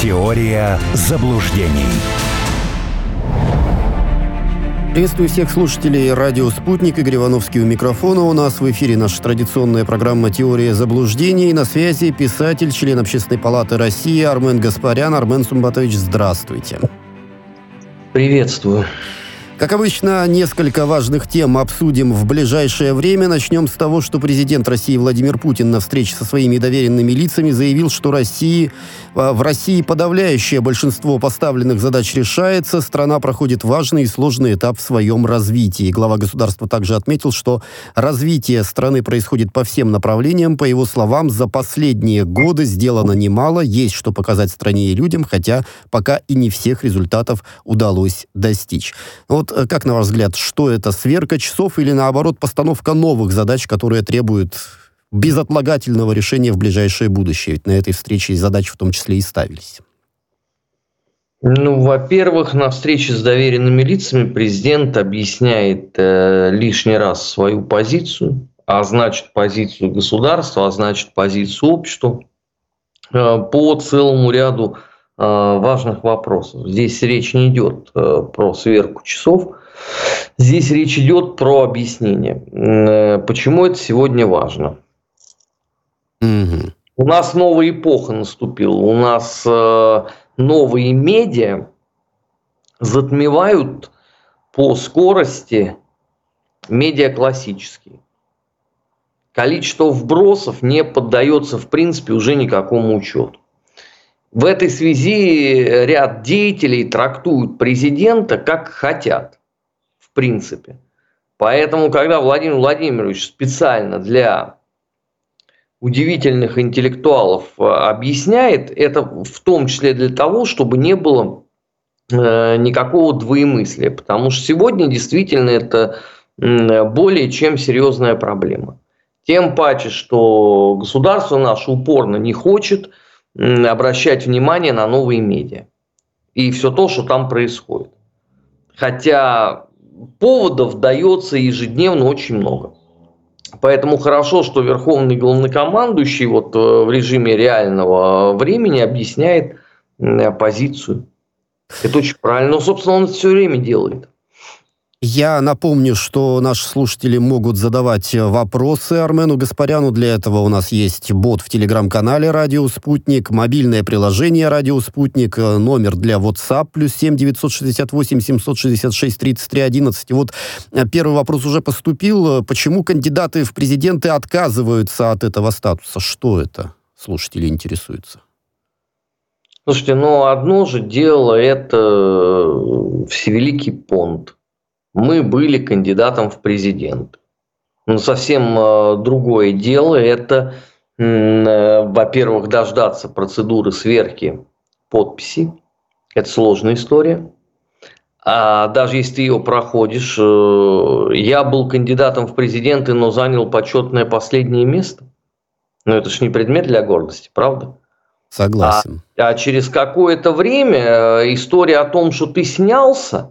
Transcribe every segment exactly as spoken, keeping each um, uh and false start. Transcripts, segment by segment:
Теория заблуждений. Приветствую всех слушателей радио «Спутник». Игорь Ивановский у микрофона. У нас в эфире наша традиционная программа «Теория заблуждений». На связи писатель, член Общественной палаты России Армен Гаспарян. Армен Сумбатович, здравствуйте. Приветствую. Как обычно, несколько важных тем обсудим в ближайшее время. Начнем с того, что президент России Владимир Путин на встрече со своими доверенными лицами заявил, что России, в России подавляющее большинство поставленных задач решается. Страна проходит важный и сложный этап в своем развитии. Глава государства также отметил, что развитие страны происходит по всем направлениям. По его словам, за последние годы сделано немало, есть что показать стране и людям, хотя пока и не всех результатов удалось достичь. Вот как, на ваш взгляд, что это, сверка часов или, наоборот, постановка новых задач, которые требуют безотлагательного решения в ближайшее будущее? Ведь на этой встрече и задачи в том числе и ставились. Ну, во-первых, на встрече с доверенными лицами президент объясняет э, лишний раз свою позицию, а значит, позицию государства, а значит, позицию общества э, по целому ряду важных вопросов. Здесь речь не идет про сверку часов, здесь речь идет про объяснение. Почему это сегодня важно? Mm-hmm. У нас новая эпоха наступила, у нас новые медиа затмевают по скорости медиа классические. Количество вбросов не поддается, в принципе, уже никакому учету. В этой связи ряд деятелей трактуют президента как хотят, в принципе. Поэтому, когда Владимир Владимирович специально для удивительных интеллектуалов объясняет, это в том числе для того, чтобы не было э, никакого двоемыслия. Потому что сегодня действительно это э, более чем серьезная проблема. Тем паче, что государство наше упорно не хочет обращать внимание на новые медиа и все то, что там происходит. Хотя поводов дается ежедневно очень много. Поэтому хорошо, что верховный главнокомандующий вот в режиме реального времени объясняет позицию. Это очень правильно. Но, собственно, он это все время делает. Я напомню, что наши слушатели могут задавать вопросы Армену Гаспаряну. Для этого у нас есть бот в телеграм-канале «Радио Спутник», мобильное приложение «Радио Спутник», номер для WhatsApp плюс семь девятьсот шестьдесят восемь семьсот шестьдесят шесть тридцать три одиннадцать. И вот первый вопрос уже поступил. Почему кандидаты в президенты отказываются от этого статуса? Что это? Слушатели интересуются. Слушайте, ну одно же дело – это всевеликий понт. Мы были кандидатом в президенты. Но совсем другое дело – это, во-первых, дождаться процедуры сверки подписи. Это сложная история. А даже если ты ее проходишь, я был кандидатом в президенты, но занял почетное последнее место. Ну, это ж не предмет для гордости, правда? Согласен. А, а через какое-то время история о том, что ты снялся,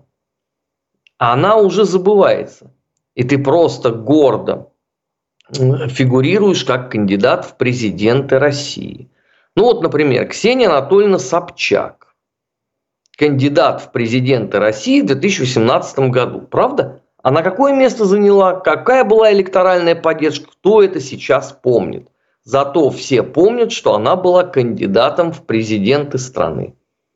она уже забывается. И ты просто гордо фигурируешь как кандидат в президенты России. Ну вот, например, Ксения Анатольевна Собчак. Кандидат в президенты России в две тысячи восемнадцатом году. Правда? Она какое место заняла? Какая была электоральная поддержка? Кто это сейчас помнит? Зато все помнят, что она была кандидатом в президенты страны.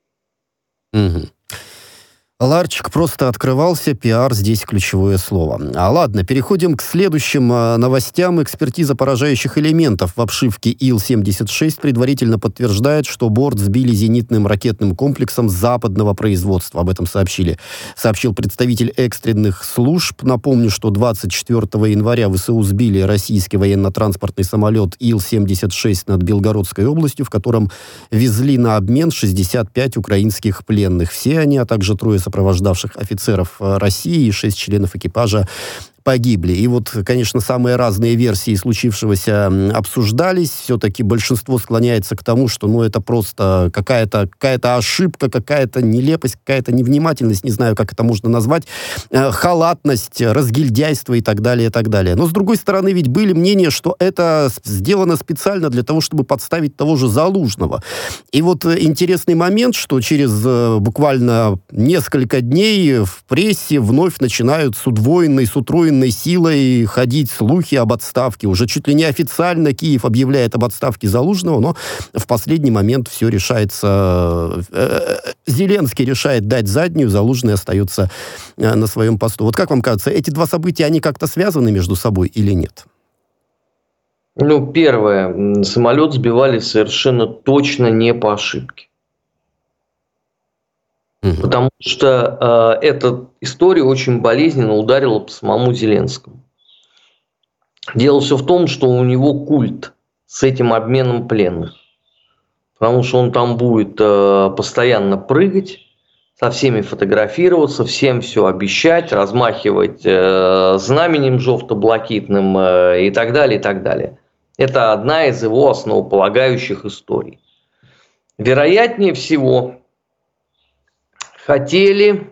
Угу. Ларчик просто открывался, пиар здесь ключевое слово. А ладно, переходим к следующим а, новостям. Экспертиза поражающих элементов в обшивке Ил семьдесят шесть предварительно подтверждает, что борт сбили зенитным ракетным комплексом западного производства. Об этом сообщили. Сообщил представитель экстренных служб. Напомню, что двадцать четвёртого января ВСУ сбили российский военно-транспортный самолет Ил семьдесят шесть над Белгородской областью, в котором везли на обмен шестьдесят пять украинских пленных. Все они, а также трое сопровождавших офицеров России и шесть членов экипажа погибли. И вот, конечно, самые разные версии случившегося обсуждались. Все-таки большинство склоняется к тому, что ну, это просто какая-то, какая-то ошибка, какая-то нелепость, какая-то невнимательность, не знаю, как это можно назвать, э, халатность, разгильдяйство и так далее, и так далее. Но, с другой стороны, ведь были мнения, что это сделано специально для того, чтобы подставить того же Залужного. И вот интересный момент, что через э, буквально несколько дней в прессе вновь начинают с удвоенной, с утроенной силой ходить слухи об отставке. Уже чуть ли не официально Киев объявляет об отставке Залужного, но в последний момент все решается... Зеленский решает дать заднюю, Залужный остается на своем посту. Вот как вам кажется, эти два события, они как-то связаны между собой или нет? Ну, первое. Самолет сбивали совершенно точно не по ошибке. Угу. Потому что э, эта история очень болезненно ударила по самому Зеленскому. Дело все в том, что у него культ с этим обменом пленных. Потому что он там будет э, постоянно прыгать, со всеми фотографироваться, всем все обещать, размахивать э, знаменем жовто-блакитным э, и так далее, и так далее. Это одна из его основополагающих историй. Вероятнее всего, хотели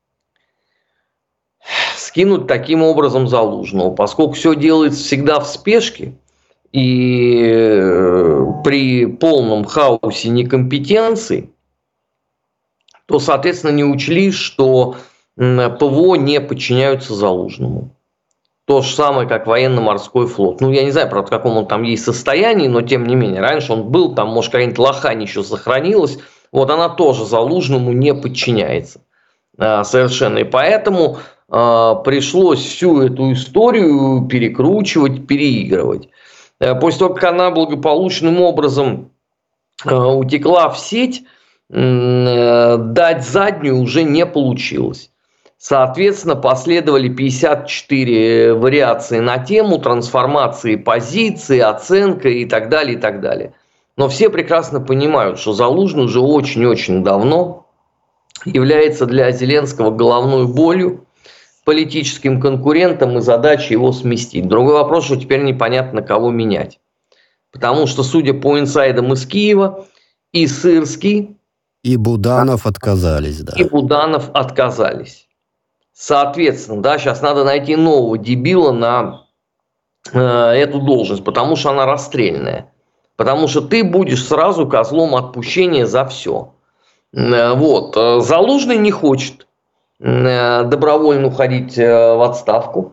скинуть таким образом Залужного, поскольку все делается всегда в спешке и при полном хаосе некомпетенции, то, соответственно, не учли, что ПВО не подчиняются Залужному. То же самое, как военно-морской флот. Ну, я не знаю, правда, в каком он там есть состоянии, но тем не менее. Раньше он был, там, может, какая-нибудь лохань еще сохранилась. Вот она тоже Залужному не подчиняется а, совершенно. И поэтому а, пришлось всю эту историю перекручивать, переигрывать. А, после того, как она благополучным образом а, утекла в сеть, а, дать заднюю уже не получилось. Соответственно, последовали пятьдесят четыре вариации на тему трансформации позиции, оценка и так далее, и так далее. Но все прекрасно понимают, что Залужный уже очень-очень давно является для Зеленского головной болью, политическим конкурентом, и задача его сместить. Другой вопрос, что теперь непонятно, кого менять. Потому что, судя по инсайдам из Киева, и Сырский, и Буданов отказались. Да. И Буданов отказались. Соответственно, да, сейчас надо найти нового дебила на э, эту должность, потому что она расстрельная. Потому что ты будешь сразу козлом отпущения за все. Э, вот. Залужный не хочет э, добровольно уходить э, в отставку.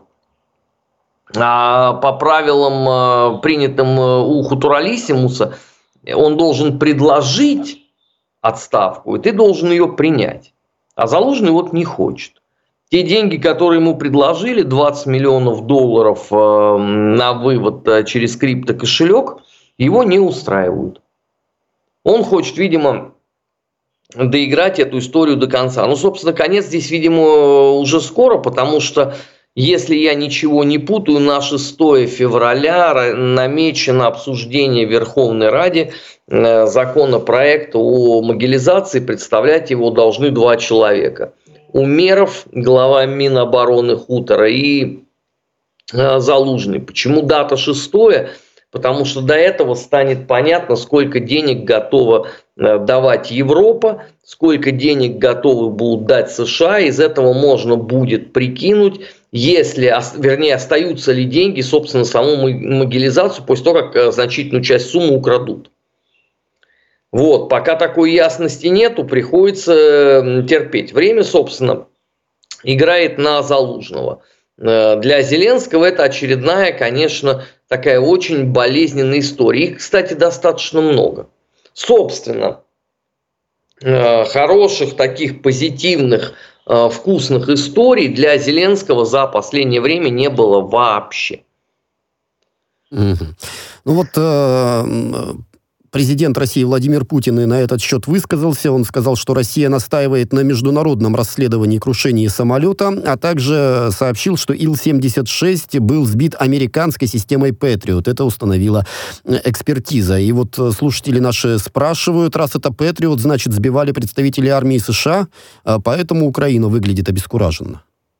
А по правилам, э, принятым у Хутуралиссимуса, он должен предложить отставку, и ты должен ее принять. А Залужный вот не хочет. Те деньги, которые ему предложили, двадцать миллионов долларов э, на вывод э, через криптокошелек, его не устраивают. Он хочет, видимо, доиграть эту историю до конца. Ну, собственно, конец здесь, видимо, уже скоро, потому что, если я ничего не путаю, на шестое февраля намечено обсуждение в Верховной Раде э, законопроекта о мобилизации. Представлять его должны два человека. Умеров, глава Минобороны Хутора, и э, Залужный. Почему дата шестое? Потому что до этого станет понятно, сколько денег готова э, давать Европа, сколько денег готовы будут дать США. Из этого можно будет прикинуть, если, вернее, остаются ли деньги, собственно, саму мобилизацию после того, как э, значительную часть суммы украдут. Вот, пока такой ясности нету, приходится терпеть. Время, собственно, играет на Залужного. Для Зеленского это очередная, конечно, такая очень болезненная история. Их, кстати, достаточно много. Собственно, хороших, таких позитивных, вкусных историй для Зеленского за последнее время не было вообще. Mm-hmm. Ну вот... Э- Президент России Владимир Путин и на этот счет высказался. Он сказал, что Россия настаивает на международном расследовании крушения самолета, а также сообщил, что Ил семьдесят шесть был сбит американской системой Патриот. Это установила экспертиза. И вот слушатели наши спрашивают, раз это Патриот, значит, сбивали представители армии США, поэтому Украина выглядит обескураженно.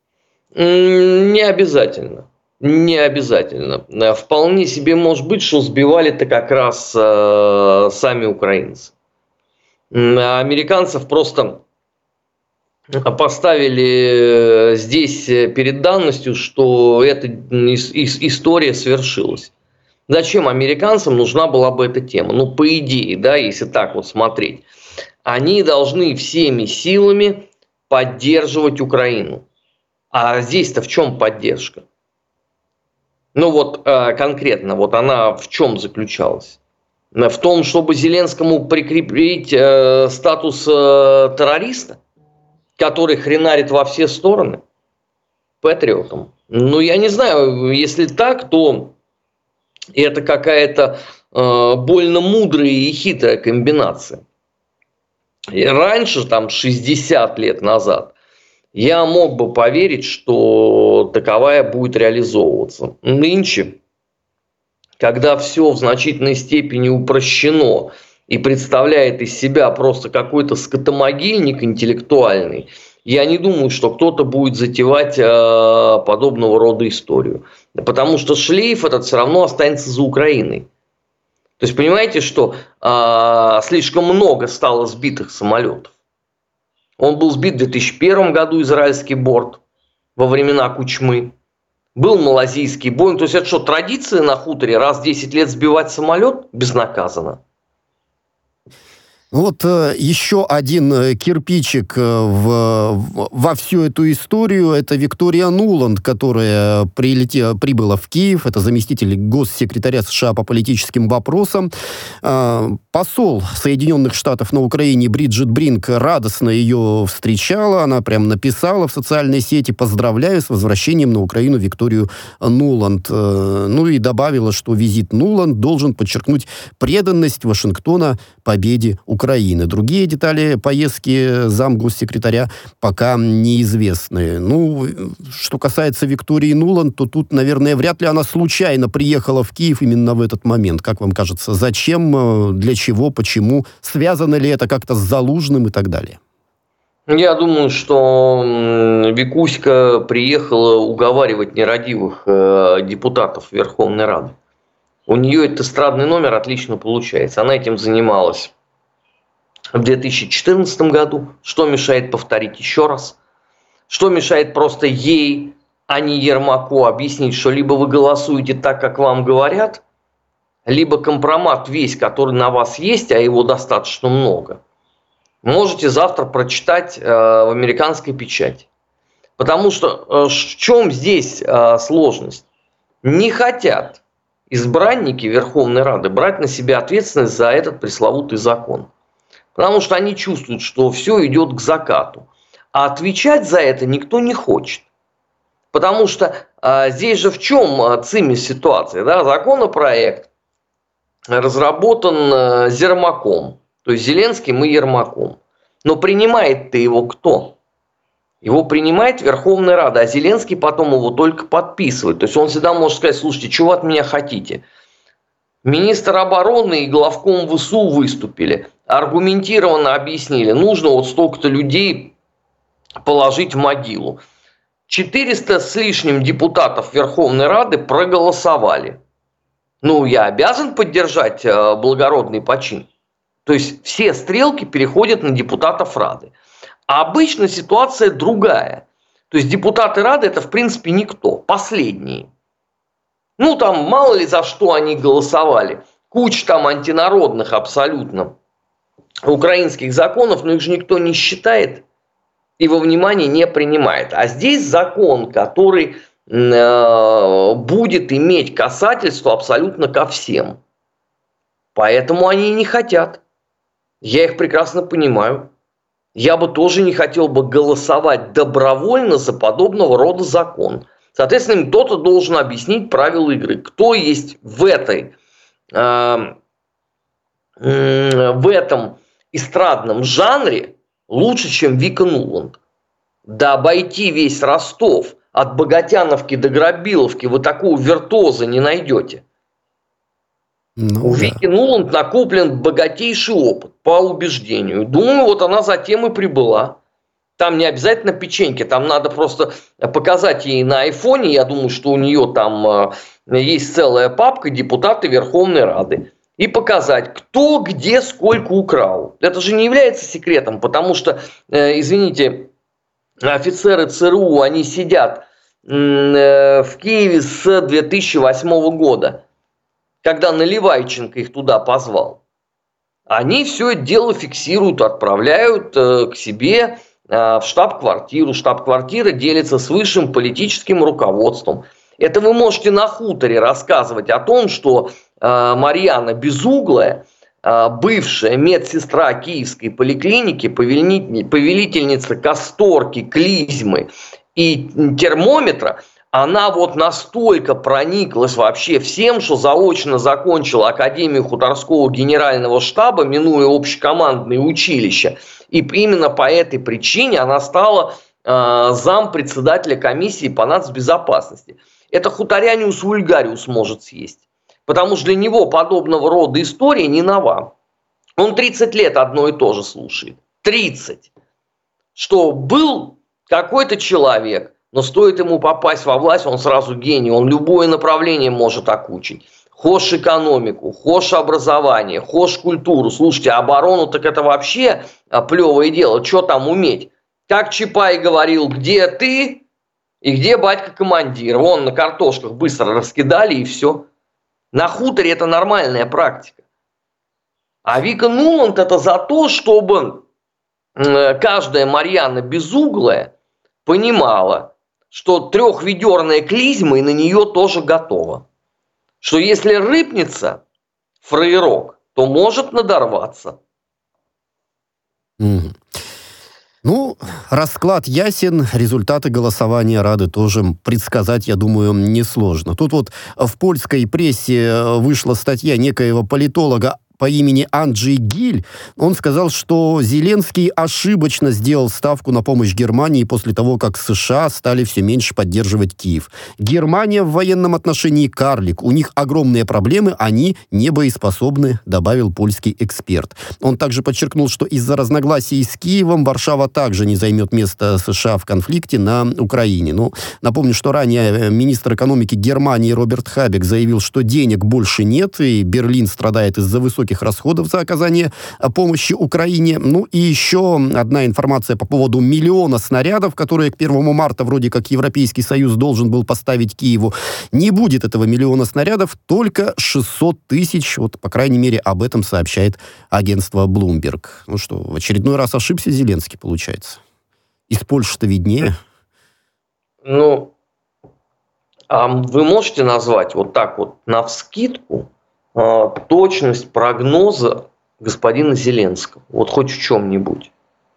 Не обязательно. Не обязательно. Вполне себе может быть, что сбивали-то как раз э, сами украинцы. Американцев просто поставили здесь перед данностью, что эта история свершилась. Зачем американцам нужна была бы эта тема? Ну, по идее, да, если так вот смотреть, они должны всеми силами поддерживать Украину. А здесь-то в чем поддержка? Ну вот конкретно, вот она в чем заключалась? В том, чтобы Зеленскому прикрепить э, статус э, террориста, который хренарит во все стороны, патриотом. Ну, я не знаю, если так, то это какая-то э, больно мудрая и хитрая комбинация. И раньше, там, шестьдесят лет назад, я мог бы поверить, что таковая будет реализовываться. Нынче, когда все в значительной степени упрощено и представляет из себя просто какой-то скотомогильник интеллектуальный, я не думаю, что кто-то будет затевать э, подобного рода историю. Потому что шлейф этот все равно останется за Украиной. То есть, понимаете, что э, слишком много стало сбитых самолетов. Он был сбит в две тысячи первом году, израильский борт, во времена Кучмы. Был малазийский Боинг. То есть, это что, традиция на хуторе раз в десять лет сбивать самолет безнаказанно? Ну вот э, еще один э, кирпичик э, в, в, во всю эту историю – это Виктория Нуланд, которая прилетела, прибыла в Киев. Это заместитель госсекретаря США по политическим вопросам. Э, посол Соединенных Штатов на Украине Бриджит Бринк радостно ее встречала. Она прям написала в социальной сети: «Поздравляю с возвращением на Украину Викторию Нуланд». Э, ну и добавила, что визит Нуланд должен подчеркнуть преданность Вашингтона победе Украины. Украины. Другие детали поездки замгоссекретаря пока неизвестны. Ну, что касается Виктории Нуланд, то тут, наверное, вряд ли она случайно приехала в Киев именно в этот момент. Как вам кажется, зачем, для чего, почему? Связано ли это как-то с Залужным и так далее? Я думаю, что Викуська приехала уговаривать нерадивых депутатов Верховной Рады. У нее этот эстрадный номер отлично получается. Она этим занималась в две тысячи четырнадцатом году. Что мешает повторить еще раз? Что мешает просто ей, а не Ермаку, объяснить, что либо вы голосуете так, как вам говорят, либо компромат весь, который на вас есть, а его достаточно много, можете завтра прочитать э, в американской печати. Потому что э, в чем здесь э, сложность? Не хотят избранники Верховной Рады брать на себя ответственность за этот пресловутый закон. Потому что они чувствуют, что все идет к закату. А отвечать за это никто не хочет. Потому что а, здесь же в чем а, цимис ситуации? Да? Законопроект разработан а, Ермаком. То есть Зеленским и Ермаком. Но принимает-то его кто? Его принимает Верховная Рада, а Зеленский потом его только подписывает. То есть он всегда может сказать: слушайте, что вы от меня хотите? Министр обороны и главком ВСУ выступили, аргументированно объяснили, нужно вот столько-то людей положить в могилу. четыреста с лишним депутатов Верховной Рады проголосовали. Ну, я обязан поддержать э, благородный почин. То есть все стрелки переходят на депутатов Рады. А обычно ситуация другая. То есть депутаты Рады — это в принципе никто, последние. Ну, там мало ли за что они голосовали. Куча там антинародных абсолютно украинских законов, но их же никто не считает и во внимание не принимает. А здесь закон, который э, будет иметь касательство абсолютно ко всем. Поэтому они и не хотят. Я их прекрасно понимаю. Я бы тоже не хотел бы голосовать добровольно за подобного рода закон. Соответственно, кто-то должен объяснить правила игры. Кто есть в этой, э, э, в этом эстрадном жанре лучше, чем Вика Нуланд? Да обойти весь Ростов от Богатяновки до Грабиловки вы такого виртуоза не найдете. Ну, У да. Вики Нуланд накоплен богатейший опыт, по убеждению. Думаю, вот она затем и прибыла. Там не обязательно печеньки, там надо просто показать ей на айфоне, я думаю, что у нее там есть целая папка «Депутаты Верховной Рады», и показать, кто где сколько украл. Это же не является секретом, потому что, извините, офицеры ЦРУ, они сидят в Киеве с две тысячи восьмого года, когда Наливайченко их туда позвал. Они все это дело фиксируют, отправляют к себе в штаб-квартиру. Штаб-квартира делится с высшим политическим руководством. Это вы можете на хуторе рассказывать о том, что Марьяна Безуглая, бывшая медсестра Киевской поликлиники, повелительница касторки, клизмы и термометра, она вот настолько прониклась вообще всем, что заочно закончила Академию хуторского генерального штаба, минуя общекомандные училища. И именно по этой причине она стала э, зампредседателя комиссии по нацбезопасности. Это хуторяниус вульгариус может съесть. Потому что для него подобного рода история не нова. Он тридцать лет одно и то же слушает. тридцать. Что был какой-то человек, но стоит ему попасть во власть, он сразу гений. Он любое направление может окучить. Хошь экономику, хошь образование, хошь культуру. Слушайте, оборону так это вообще плевое дело. Что там уметь? Как Чапай говорил, где ты и где батька-командир. Вон на картошках быстро раскидали и все. На хуторе это нормальная практика. А Вика Нуланд это за то, чтобы каждая Марьяна Безуглая понимала, что трехведерная клизма и на нее тоже готова. Что если рыпнется фраерок, то может надорваться. Mm. Ну, расклад ясен, результаты голосования Рады тоже предсказать, я думаю, несложно. Тут вот в польской прессе вышла статья некоего политолога по имени Анджей Гиль. Он сказал, что Зеленский ошибочно сделал ставку на помощь Германии после того, как США стали все меньше поддерживать Киев. Германия в военном отношении карлик. У них огромные проблемы, они не боеспособны, добавил польский эксперт. Он также подчеркнул, что из-за разногласий с Киевом Варшава также не займет место США в конфликте на Украине. Ну, напомню, что ранее министр экономики Германии Роберт Хабек заявил, что денег больше нет, и Берлин страдает из-за высоких расходов за оказание помощи Украине. Ну и еще одна информация по поводу миллиона снарядов, которые к первому марта вроде как Европейский Союз должен был поставить Киеву. Не будет этого миллиона снарядов, только шестьсот тысяч. Вот, по крайней мере, об этом сообщает агентство Bloomberg. Ну что, в очередной раз ошибся Зеленский, получается. Из Польши-то виднее. Ну, а вы можете назвать вот так вот навскидку точность прогноза господина Зеленского? Вот хоть в чем-нибудь.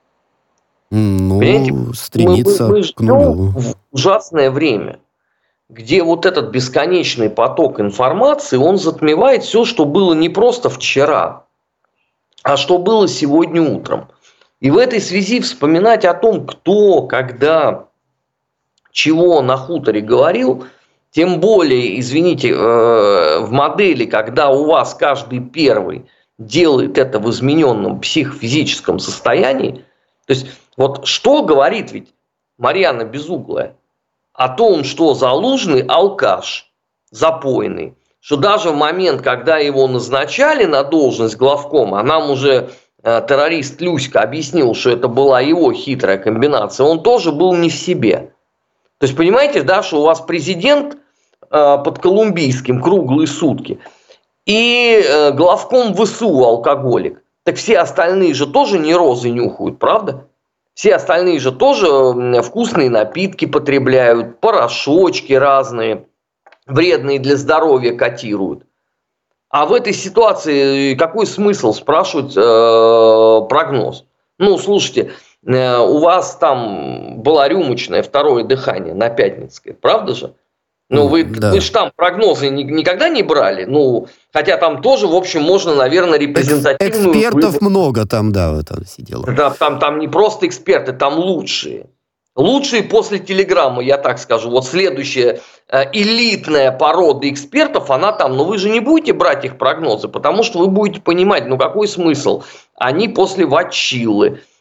Ну, понимаете, стремится мы, мы, мы к нулю. в ужасное время, где вот этот бесконечный поток информации, он затмевает все, что было не просто вчера, а что было сегодня утром. И в этой связи вспоминать о том, кто, когда, чего на хуторе говорил, тем более, извините, в модели, когда у вас каждый первый делает это в измененном психофизическом состоянии, то есть вот что говорит ведь Марьяна Безуглая? О том, что Залужный алкаш, запойный, что даже в момент, когда его назначали на должность главкома, а нам уже террорист Люська объяснил, что это была его хитрая комбинация, он тоже был не в себе. То есть, понимаете, да, что у вас президент э, под колумбийским круглые сутки и э, главком ВСУ алкоголик. Так все остальные же тоже не розы нюхают, правда? Все остальные же тоже вкусные напитки потребляют, порошочки разные, вредные для здоровья котируют. А в этой ситуации какой смысл спрашивать э, прогноз? Ну, слушайте, у вас там была рюмочная, второе дыхание на Пятницкой, правда же? Ну, вы, да. Вы же там прогнозы никогда не брали, ну, хотя там тоже, в общем, можно, наверное, репрезентативную... Экспертов выбор... много там, да, это сидело. Да, там, там не просто эксперты, там лучшие. Лучшие после телеграммы, я так скажу. Вот следующая э, элитная порода экспертов, она там, но вы же не будете брать их прогнозы, потому что вы будете понимать, ну, какой смысл? Они после Вачилы,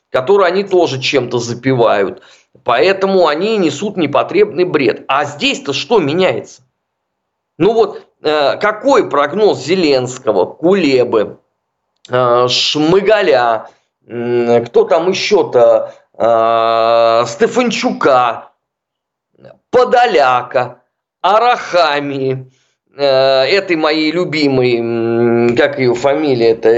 которую они тоже чем-то запивают. Поэтому они несут непотребный бред. А здесь-то что меняется? Ну вот, э, какой прогноз Зеленского, Кулебы, э, Шмыгаля, э, кто там еще-то, э, Стефанчука, Подоляка, Арахамии, э, этой моей любимой, как ее фамилия-то,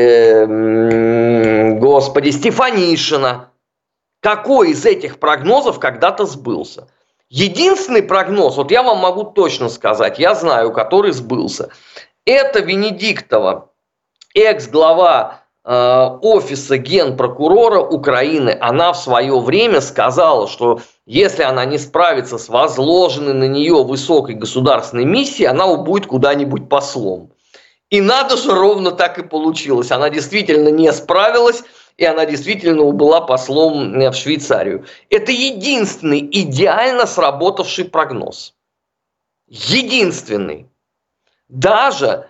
э, господи, Стефанишина. Какой из этих прогнозов когда-то сбылся? Единственный прогноз, вот я вам могу точно сказать, я знаю, который сбылся, это Венедиктова, экс-глава э, офиса генпрокурора Украины. Она в свое время сказала, что если она не справится с возложенной на нее высокой государственной миссией, она будет куда-нибудь послом. И надо же, ровно так и получилось. Она действительно не справилась, и она действительно убыла послом в Швейцарию. Это единственный идеально сработавший прогноз. Единственный. Даже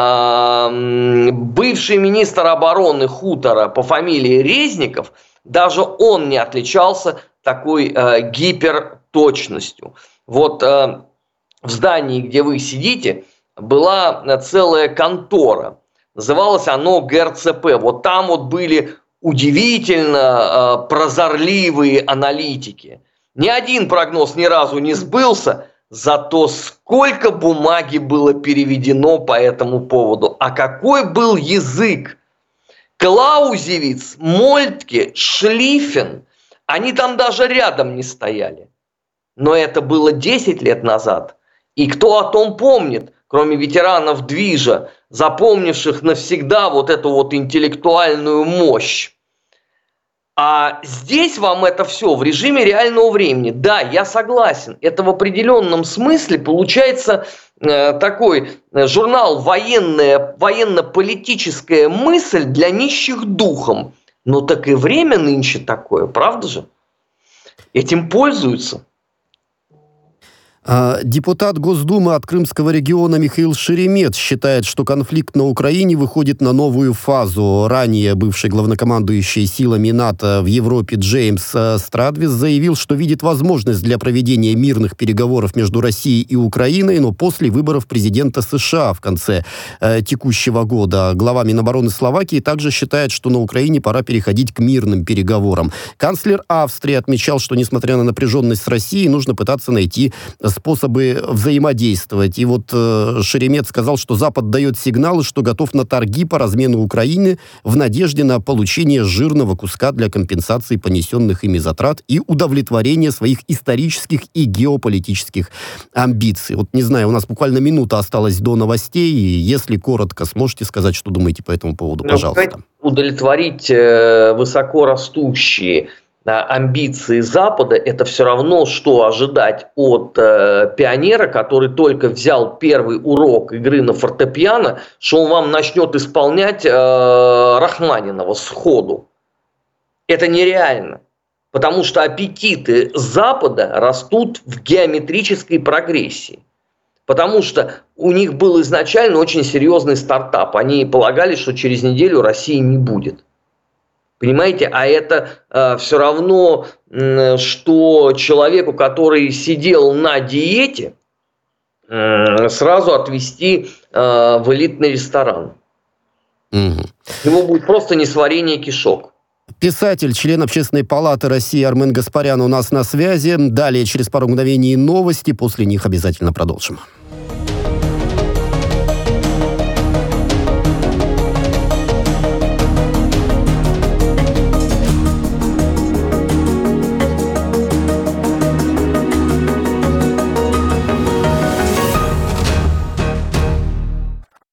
э, бывший министр обороны хутора по фамилии Резников, даже он не отличался такой э, гиперточностью. Вот э, в здании, где вы сидите, была целая контора. Называлось оно ГРЦП. Вот там вот были удивительно э, прозорливые аналитики. Ни один прогноз ни разу не сбылся, зато сколько бумаги было переведено по этому поводу. А какой был язык! Клаузевиц, Мольтке, Шлиффен, они там даже рядом не стояли. Но это было десять лет назад. И кто о том помнит, кроме ветеранов движа, запомнивших навсегда вот эту вот интеллектуальную мощь. А здесь вам это все в режиме реального времени. Да, я согласен, это в определенном смысле получается э, такой э, журнал «Военная, военно-политическая мысль для нищих духом». Ну так и время нынче такое, правда же? Этим пользуются. Депутат Госдумы от Крымского региона Михаил Шеремет считает, что конфликт на Украине выходит на новую фазу. Ранее бывший главнокомандующий силами НАТО в Европе Джеймс Страдвис заявил, что видит возможность для проведения мирных переговоров между Россией и Украиной, но после выборов президента США в конце э, текущего года. Глава Минобороны Словакии также считает, что на Украине пора переходить к мирным переговорам. Канцлер Австрии отмечал, что несмотря на напряженность с Россией, нужно пытаться найти способы взаимодействовать. И вот э, Шеремет сказал, что Запад дает сигналы, что готов на торги по размену Украины в надежде на получение жирного куска для компенсации понесенных ими затрат и удовлетворения своих исторических и геополитических амбиций. Вот не знаю, у нас буквально минута осталась до новостей, и если коротко сможете сказать, что думаете по этому поводу, пожалуйста. Удовлетворить э, высокорастущие амбиции Запада, это все равно, что ожидать от э, пионера, который только взял первый урок игры на фортепиано, что он вам начнет исполнять э, Рахманинова сходу. Это нереально, потому что аппетиты Запада растут в геометрической прогрессии. Потому что у них был изначально очень серьезный стартап. Они полагали, что через неделю России не будет. Понимаете, а это э, все равно, э, что человеку, который сидел на диете, э, сразу отвезти э, в элитный ресторан. Угу. Ему будет просто несварение кишок. Писатель, член Общественной палаты России Армен Гаспарян у нас на связи. Далее через пару мгновений новости, после них обязательно продолжим.